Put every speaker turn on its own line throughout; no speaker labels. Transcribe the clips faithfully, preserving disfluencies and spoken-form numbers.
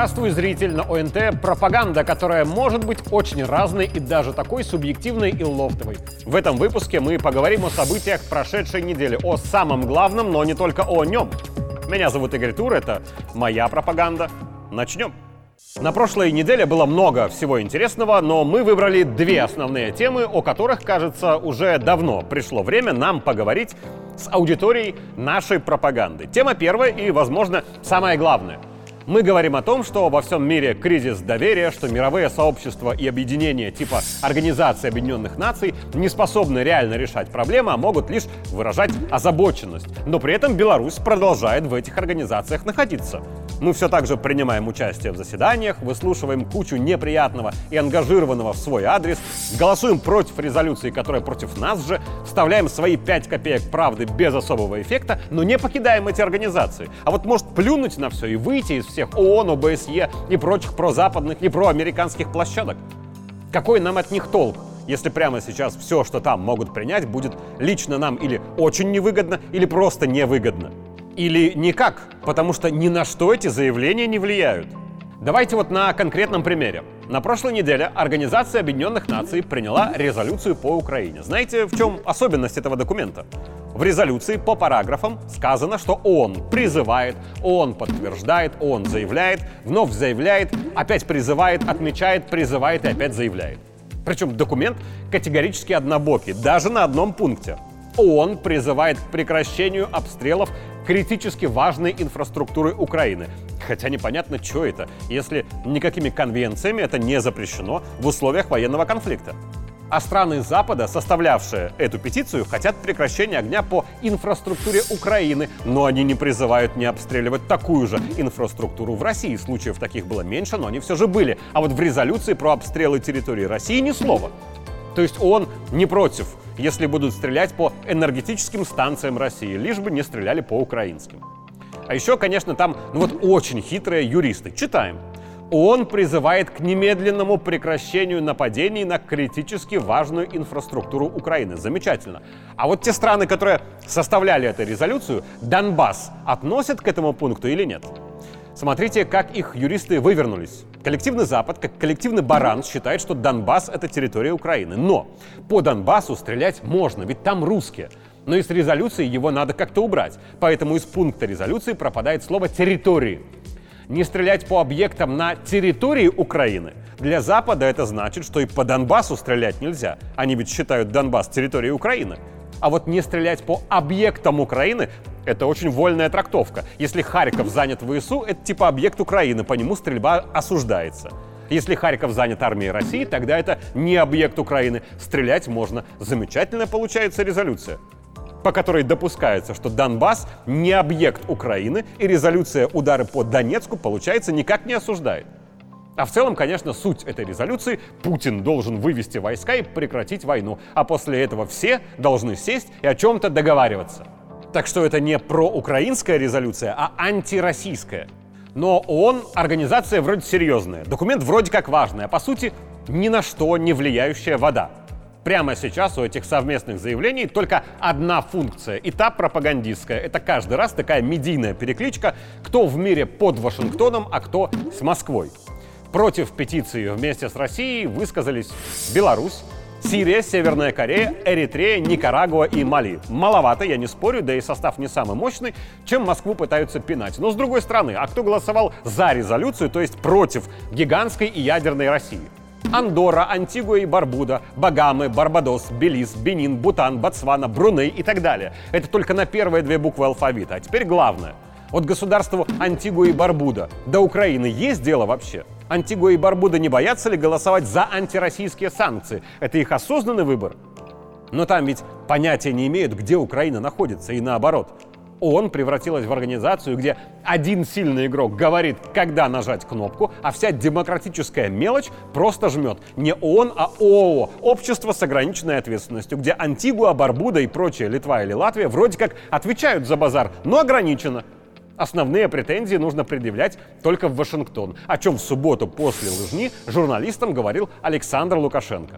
Здравствуй, зритель! На ОНТ пропаганда, которая может быть очень разной и даже такой субъективной и лофтовой. В этом выпуске мы поговорим о событиях прошедшей недели, о самом главном, но не только о нем. Меня зовут Игорь Тур, это моя пропаганда. Начнем. На прошлой неделе было много всего интересного, но мы выбрали две основные темы, о которых, кажется, уже давно пришло время нам поговорить с аудиторией нашей пропаганды. Тема первая и, возможно, самая главная. Мы говорим о том, что во всем мире кризис доверия, что мировые сообщества и объединения типа Организации Объединенных Наций не способны реально решать проблемы, а могут лишь выражать озабоченность. Но при этом Беларусь продолжает в этих организациях находиться. Мы все так же принимаем участие в заседаниях, выслушиваем кучу неприятного и ангажированного в свой адрес, голосуем против резолюции, которая против нас же, вставляем свои пять копеек правды без особого эффекта, но не покидаем эти организации. А вот может плюнуть на все и выйти из всех ООН, ОБСЕ и прочих прозападных и проамериканских площадок. Какой нам от них толк, если прямо сейчас все, что там могут принять, будет лично нам или очень невыгодно, или просто невыгодно? Или никак, потому что ни на что эти заявления не влияют. Давайте вот на конкретном примере. На прошлой неделе Организация Объединенных Наций приняла резолюцию по Украине. Знаете, в чем особенность этого документа? В резолюции по параграфам сказано, что ООН призывает, ООН подтверждает, ООН заявляет, вновь заявляет, опять призывает, отмечает, призывает и опять заявляет. Причем документ категорически однобокий, даже на одном пункте. ООН призывает к прекращению обстрелов критически важной инфраструктуры Украины. Хотя непонятно, что это, если никакими конвенциями это не запрещено в условиях военного конфликта. А страны Запада, составлявшие эту петицию, хотят прекращения огня по инфраструктуре Украины, но они не призывают не обстреливать такую же инфраструктуру в России. Случаев таких было меньше, но они все же были. А вот в резолюции про обстрелы территории России ни слова. То есть ООН не против, если будут стрелять по энергетическим станциям России, лишь бы не стреляли по украинским. А еще, конечно, там ну вот очень хитрые юристы. Читаем. ООН призывает к немедленному прекращению нападений на критически важную инфраструктуру Украины. Замечательно. А вот те страны, которые составляли эту резолюцию, Донбасс, относят к этому пункту или нет? Смотрите, как их юристы вывернулись. Коллективный Запад, как коллективный баран, считает, что Донбасс — это территория Украины. Но по Донбассу стрелять можно, ведь там русские. Но из резолюции его надо как-то убрать. Поэтому из пункта резолюции пропадает слово «территории». Не стрелять по объектам на территории Украины. Для Запада это значит, что и по Донбассу стрелять нельзя. Они ведь считают Донбасс территорией Украины. А вот не стрелять по объектам Украины — это очень вольная трактовка. Если Харьков занят ВСУ, это типа объект Украины, по нему стрельба осуждается. Если Харьков занят армией России, тогда это не объект Украины. Стрелять можно. Замечательная получается резолюция, по которой допускается, что Донбасс не объект Украины, и резолюция «Удары по Донецку», получается, никак не осуждает. А в целом, конечно, суть этой резолюции — Путин должен вывести войска и прекратить войну, а после этого все должны сесть и о чем-то договариваться. Так что это не проукраинская резолюция, а антироссийская. Но ООН — организация вроде серьезная, документ вроде как важный, а по сути ни на что не влияющая вода. Прямо сейчас у этих совместных заявлений только одна функция, и та пропагандистская. Это каждый раз такая медийная перекличка, кто в мире под Вашингтоном, а кто с Москвой. Против петиции вместе с Россией высказались Беларусь, Сирия, Северная Корея, Эритрея, Никарагуа и Мали. Маловато, я не спорю, да и состав не самый мощный, чем Москву пытаются пинать. Но с другой стороны, а кто голосовал за резолюцию, то есть против гигантской и ядерной России? Андорра, Антигуа и Барбуда, Багамы, Барбадос, Белиз, Бенин, Бутан, Ботсвана, Бруней и так далее. Это только на первые две буквы алфавита. А теперь главное. Вот государству Антигуа и Барбуда до Украины есть дело вообще? Антигуа и Барбуда не боятся ли голосовать за антироссийские санкции? Это их осознанный выбор? Но там ведь понятия не имеют, где Украина находится, и наоборот. ООН превратилась в организацию, где один сильный игрок говорит, когда нажать кнопку, а вся демократическая мелочь просто жмет. Не ООН, а ООО – Общество с ограниченной ответственностью, где Антигуа, Барбуда и прочие, Литва или Латвия, вроде как отвечают за базар, но ограниченно. Основные претензии нужно предъявлять только в Вашингтон, о чем в субботу после Лыжни журналистам говорил Александр Лукашенко.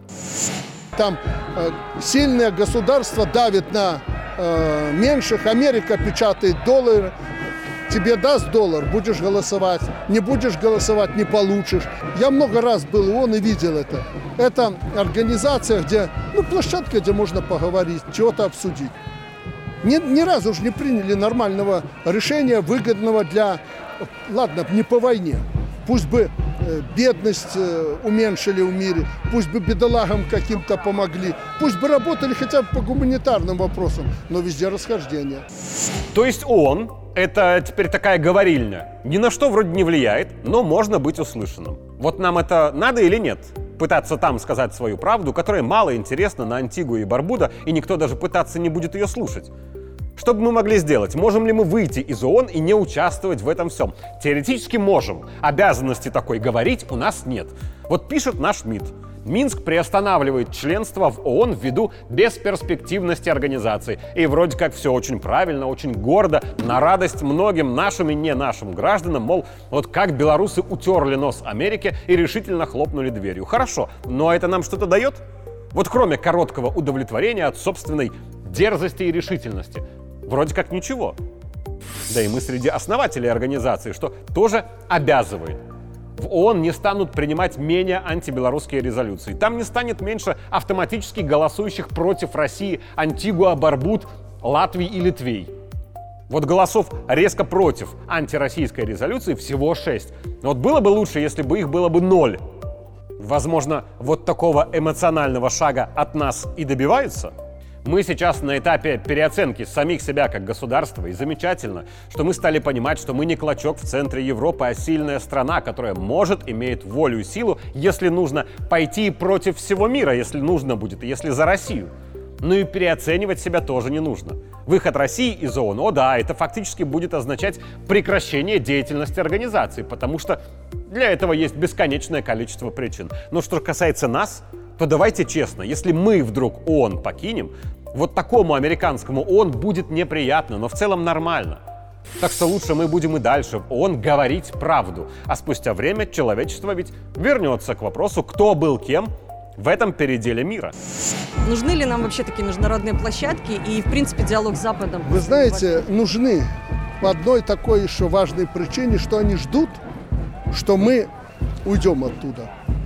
Там э, сильное государство давит на э, меньших, Америка печатает доллары, тебе даст доллар, будешь голосовать. Не будешь голосовать, не получишь. Я много раз был в ООН и видел это. Это организация, где, ну, площадка, где можно поговорить, чего-то обсудить. Ни, ни разу же не приняли нормального решения, выгодного для... Ладно, не по войне. Пусть бы э, бедность э, уменьшили в мире, пусть бы бедолагам каким-то помогли, пусть бы работали хотя бы по гуманитарным вопросам, но везде расхождения.
То есть ООН — это теперь такая говорильня. Ни на что вроде не влияет, но можно быть услышанным. Вот нам это надо или нет? Пытаться там сказать свою правду, которая мало интересна на Антигуа и Барбуда, и никто даже пытаться не будет ее слушать. Что бы мы могли сделать? Можем ли мы выйти из ООН и не участвовать в этом всем? Теоретически можем. Обязанности такой говорить у нас нет. Вот пишет наш МИД. Минск приостанавливает членство в ООН ввиду бесперспективности организации. И вроде как все очень правильно, очень гордо, на радость многим нашим и не нашим гражданам, мол, вот как белорусы утерли нос Америке и решительно хлопнули дверью. Хорошо, но это нам что-то дает? Вот кроме короткого удовлетворения от собственной дерзости и решительности. Вроде как ничего. Да и мы среди основателей организации, что тоже обязывает. В ООН не станут принимать менее антибелорусские резолюции. Там не станет меньше автоматически голосующих против России Антигуа, Барбуд, Латвии и Литвей. Вот голосов резко против антироссийской резолюции всего шесть. Но вот было бы лучше, если бы их было бы ноль. Возможно, вот такого эмоционального шага от нас и добиваются? Мы сейчас на этапе переоценки самих себя как государства, и замечательно, что мы стали понимать, что мы не клочок в центре Европы, а сильная страна, которая может, имеет волю и силу, если нужно пойти против всего мира, если нужно будет, и если за Россию. Ну и переоценивать себя тоже не нужно. Выход России из ООН, о да, это фактически будет означать прекращение деятельности организации, потому что для этого есть бесконечное количество причин. Но что касается нас, то давайте честно, если мы вдруг ООН покинем, вот такому американскому ООН будет неприятно, но в целом нормально. Так что лучше мы будем и дальше в ООН говорить правду. А спустя время человечество ведь вернется к вопросу, кто был кем в этом переделе мира.
Нужны ли нам вообще такие международные площадки и, в принципе, диалог с Западом?
Вы знаете, нужны по одной такой еще важной причине, что они ждут, что мы уйдем оттуда.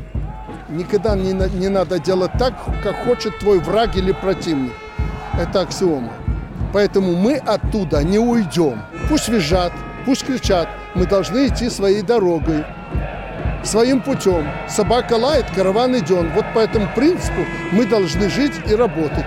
Никогда не, не надо делать так, как хочет твой враг или противник. Это аксиома. Поэтому мы оттуда не уйдем. Пусть визжат, пусть кричат. Мы должны идти своей дорогой, своим путем. Собака лает, караван идет. Вот по этому принципу мы должны жить и работать.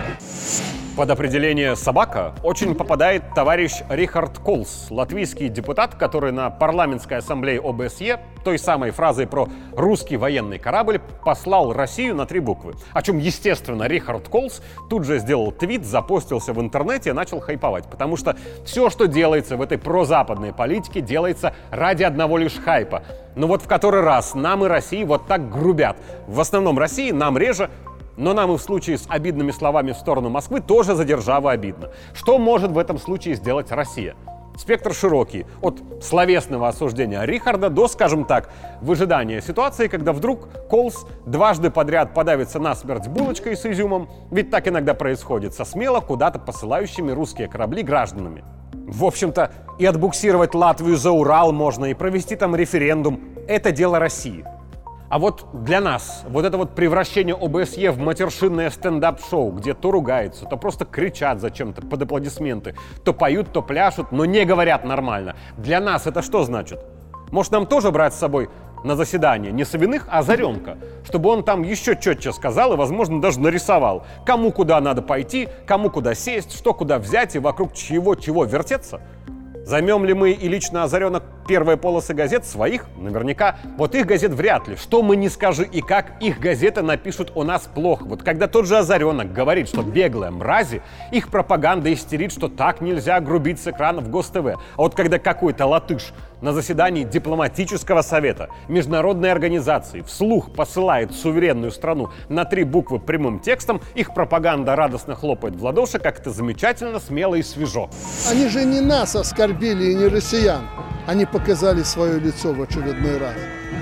Под определение «собака» очень попадает товарищ Рихард Колс, латвийский депутат, который на парламентской ассамблее ОБСЕ той самой фразой про русский военный корабль послал Россию на три буквы. О чем, естественно, Рихард Колс тут же сделал твит, запостился в интернете и начал хайповать. Потому что все, что делается в этой прозападной политике, делается ради одного лишь хайпа. Но вот в который раз нам и России вот так грубят. В основном России, нам реже. Но нам и в случае с обидными словами в сторону Москвы тоже за державу обидно. Что может в этом случае сделать Россия? Спектр широкий. От словесного осуждения Рихарда до, скажем так, выжидания ситуации, когда вдруг Колс дважды подряд подавится насмерть булочкой с изюмом, ведь так иногда происходит, со смело куда-то посылающими русские корабли гражданами. В общем-то, и отбуксировать Латвию за Урал можно, и провести там референдум. Это дело России. А вот для нас вот это вот превращение ОБСЕ в матершинное стендап-шоу, где то ругаются, то просто кричат зачем-то под аплодисменты, то поют, то пляшут, но не говорят нормально. Для нас это что значит? Может, нам тоже брать с собой на заседание не Савиных, а Заренка, чтобы он там еще четче сказал и, возможно, даже нарисовал, кому куда надо пойти, кому куда сесть, что куда взять и вокруг чего-чего вертеться? Займем ли мы и лично Озаренок первые полосы газет своих? Наверняка. Вот их газет вряд ли. Что мы не скажи и как, их газеты напишут о нас плохо. Вот когда тот же Озаренок говорит, что беглые мрази, их пропаганда истерит, что так нельзя грубить с экранов ГосТВ. А вот когда какой-то латыш на заседании дипломатического совета международной организации вслух посылает суверенную страну на три буквы прямым текстом, их пропаганда радостно хлопает в ладоши, как это замечательно, смело и свежо.
Они же не нас оскорбили и не россиян. Они показали свое лицо в очередной раз.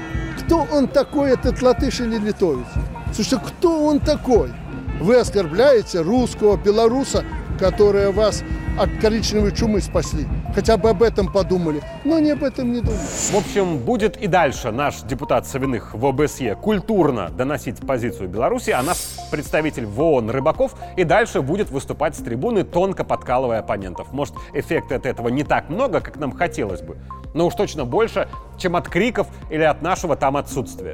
Кто он такой, этот латыш или литовец? Слушайте, кто он такой? Вы оскорбляете русского, белоруса, которые вас от коричневой чумы спасли. Хотя бы об этом подумали. Но они об этом не думают.
В общем, будет и дальше наш депутат Савиных в ОБСЕ культурно доносить позицию Беларуси, а наш представитель в ООН Рыбаков и дальше будет выступать с трибуны, тонко подкалывая оппонентов. Может, эффекта от этого не так много, как нам хотелось бы, но уж точно больше, чем от криков или от нашего там отсутствия.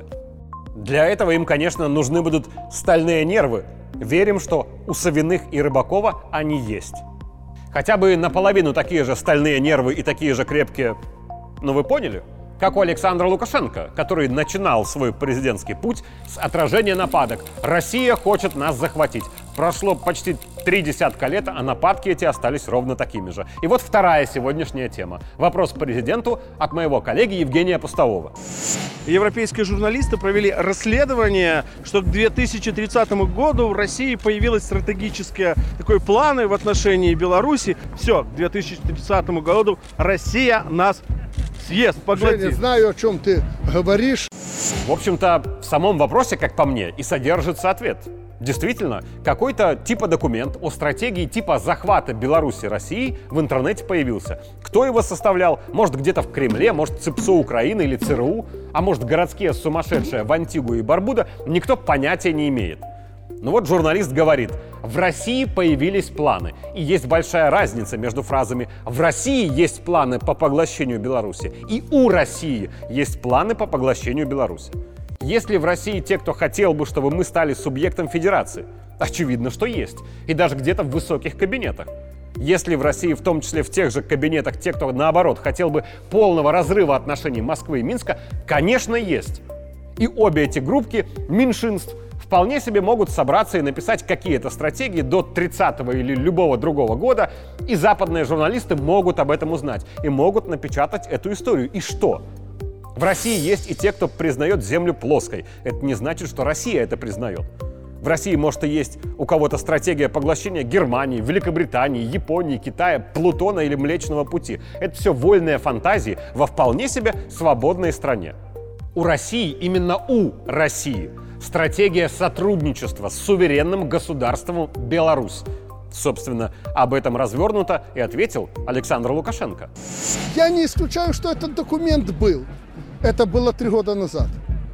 Для этого им, конечно, нужны будут стальные нервы. Верим, что у Савиных и Рыбакова они есть. Хотя бы наполовину такие же стальные нервы и такие же крепкие, ну вы поняли? Как у Александра Лукашенко, который начинал свой президентский путь с отражения нападок. Россия хочет нас захватить. Прошло почти три десятка лет, а нападки эти остались ровно такими же. И вот вторая сегодняшняя тема. Вопрос президенту от моего коллеги Евгения Пустового.
Европейские журналисты провели расследование, что к две тысячи тридцатому году в России появилось стратегические такое планы в отношении Беларуси. Все, к две тысячи тридцатому году Россия нас съест, поглотит.
Женя, знаю, о чем ты говоришь.
В общем-то, в самом вопросе, как по мне, и содержится ответ. Действительно, какой-то типа документ о стратегии типа захвата Беларуси России в интернете появился. Кто его составлял? Может, где-то в Кремле, может, ЦИПСО Украины или ЦРУ, а может, городские сумасшедшие в Антигуа и Барбуда, никто понятия не имеет. Ну вот журналист говорит, в России появились планы. И есть большая разница между фразами «в России есть планы по поглощению Беларуси» и «у России есть планы по поглощению Беларуси». Есть ли в России те, кто хотел бы, чтобы мы стали субъектом федерации? Очевидно, что есть. И даже где-то в высоких кабинетах. Есть ли в России, в том числе в тех же кабинетах, те, кто, наоборот, хотел бы полного разрыва отношений Москвы и Минска? Конечно, есть. И обе эти группки меньшинств вполне себе могут собраться и написать какие-то стратегии до тридцатого или любого другого года, и западные журналисты могут об этом узнать и могут напечатать эту историю. И что? В России есть и те, кто признает Землю плоской. Это не значит, что Россия это признает. В России, может, и есть у кого-то стратегия поглощения Германии, Великобритании, Японии, Китая, Плутона или Млечного Пути. Это все вольные фантазии во вполне себе свободной стране. У России, именно у России, стратегия сотрудничества с суверенным государством Беларусь. Собственно, об этом развернуто и ответил Александр Лукашенко.
Я не исключаю, что этот документ был. Это было три года назад,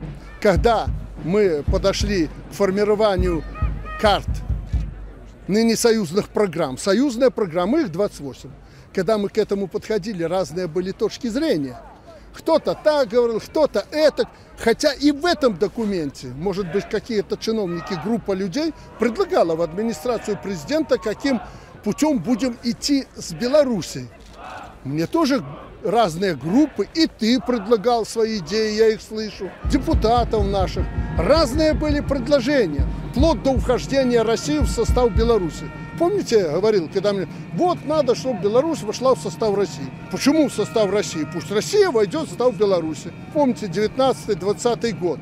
когда мы подошли к формированию карт ныне союзных программ. Союзные программы, их двадцать восемь. Когда мы к этому подходили, разные были точки зрения. Кто-то так говорил, кто-то это. Хотя и в этом документе, может быть, какие-то чиновники, группа людей предлагала в администрацию президента, каким путем будем идти с Белоруссией. Мне тоже разные группы, и ты предлагал свои идеи, я их слышу, депутатов наших. Разные были предложения, вплоть до вхождения России в состав Беларуси. Помните, я говорил, когда мне, вот надо, чтобы Беларусь вошла в состав России. Почему в состав России? Пусть Россия войдет в состав Беларуси. Помните, девятнадцатый-двадцатый год.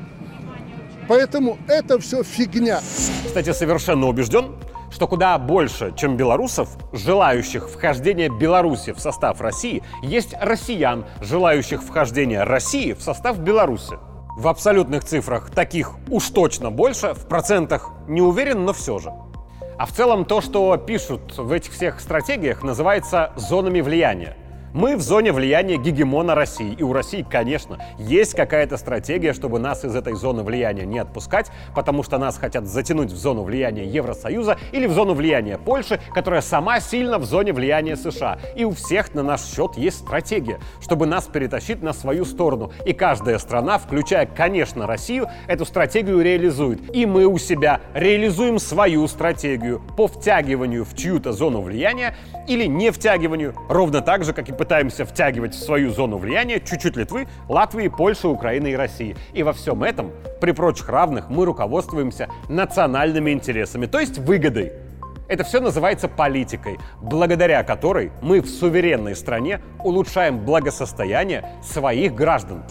Поэтому это все фигня.
Кстати, совершенно убежден, что куда больше, чем белорусов, желающих вхождения Беларуси в состав России, есть россиян, желающих вхождения России в состав Беларуси. В абсолютных цифрах таких уж точно больше, в процентах не уверен, но все же. А в целом то, что пишут в этих всех стратегиях, называется зонами влияния. Мы в зоне влияния гегемона России. И у России, конечно, есть какая-то стратегия, чтобы нас из этой зоны влияния не отпускать, потому что нас хотят затянуть в зону влияния Евросоюза или в зону влияния Польши, которая сама сильно в зоне влияния США. И у всех на наш счет есть стратегия, чтобы нас перетащить на свою сторону. И каждая страна, включая, конечно, Россию, эту стратегию реализует. И мы у себя реализуем свою стратегию по втягиванию в чью-то зону влияния или не втягиванию, ровно так же, как и пытаемся втягивать в свою зону влияния чуть-чуть Литвы, Латвии, Польши, Украины и России. И во всем этом, при прочих равных, мы руководствуемся национальными интересами, то есть выгодой. Это все называется политикой, благодаря которой мы в суверенной стране улучшаем благосостояние своих граждан.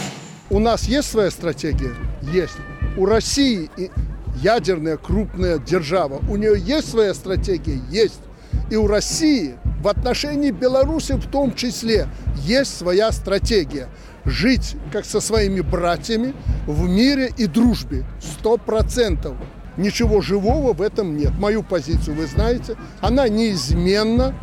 У нас есть своя стратегия? Есть. У России ядерная крупная держава. У нее есть своя стратегия? Есть. И у России в отношении Беларуси в том числе есть своя стратегия. Жить как со своими братьями в мире и дружбе. Сто процентов. Ничего живого в этом нет. Мою позицию вы знаете. Она неизменна.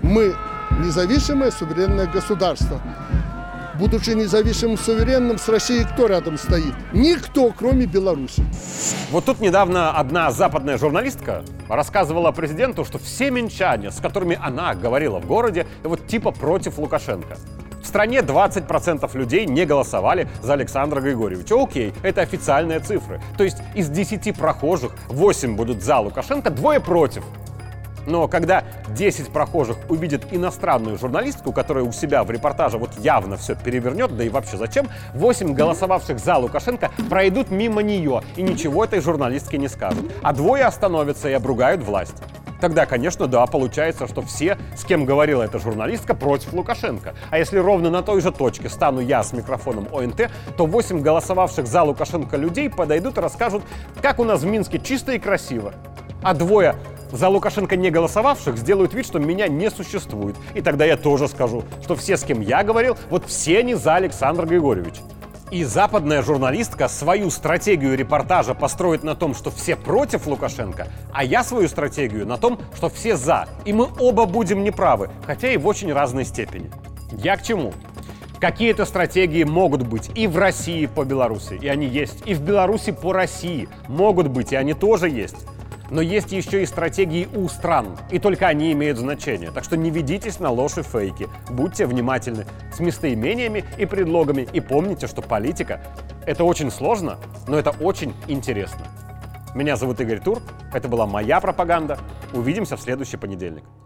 Мы независимое суверенное государство. Будучи независимым, суверенным, с Россией кто рядом стоит? Никто, кроме Беларуси.
Вот тут недавно одна западная журналистка рассказывала президенту, что все минчане, с которыми она говорила в городе, вот типа против Лукашенко. В стране двадцать процентов людей не голосовали за Александра Григорьевича. Окей, это официальные цифры. То есть из десяти прохожих восемь будут за Лукашенко, двое против. Но когда десять прохожих увидят иностранную журналистку, которая у себя в репортаже вот явно все перевернет, да и вообще зачем, восемь голосовавших за Лукашенко пройдут мимо нее и ничего этой журналистке не скажут. А двое остановятся и обругают власть. Тогда, конечно, да, получается, что все, с кем говорила эта журналистка, против Лукашенко. А если ровно на той же точке стану я с микрофоном О Н Т, то восемь голосовавших за Лукашенко людей подойдут и расскажут, как у нас в Минске чисто и красиво. А двое за Лукашенко не голосовавших сделают вид, что меня не существует. И тогда я тоже скажу, что все, с кем я говорил, вот все они за Александра Григорьевича. И западная журналистка свою стратегию репортажа построит на том, что все против Лукашенко, а я свою стратегию на том, что все за. И мы оба будем неправы, хотя и в очень разной степени. Я к чему? Какие-то стратегии могут быть и в России по Беларуси, и они есть, и в Беларуси по России могут быть, и они тоже есть. Но есть еще и стратегии у стран, и только они имеют значение. Так что не ведитесь на ложь и фейки. Будьте внимательны с местоимениями и предлогами. И помните, что политика — это очень сложно, но это очень интересно. Меня зовут Игорь Тур. Это была моя пропаганда. Увидимся в следующий понедельник.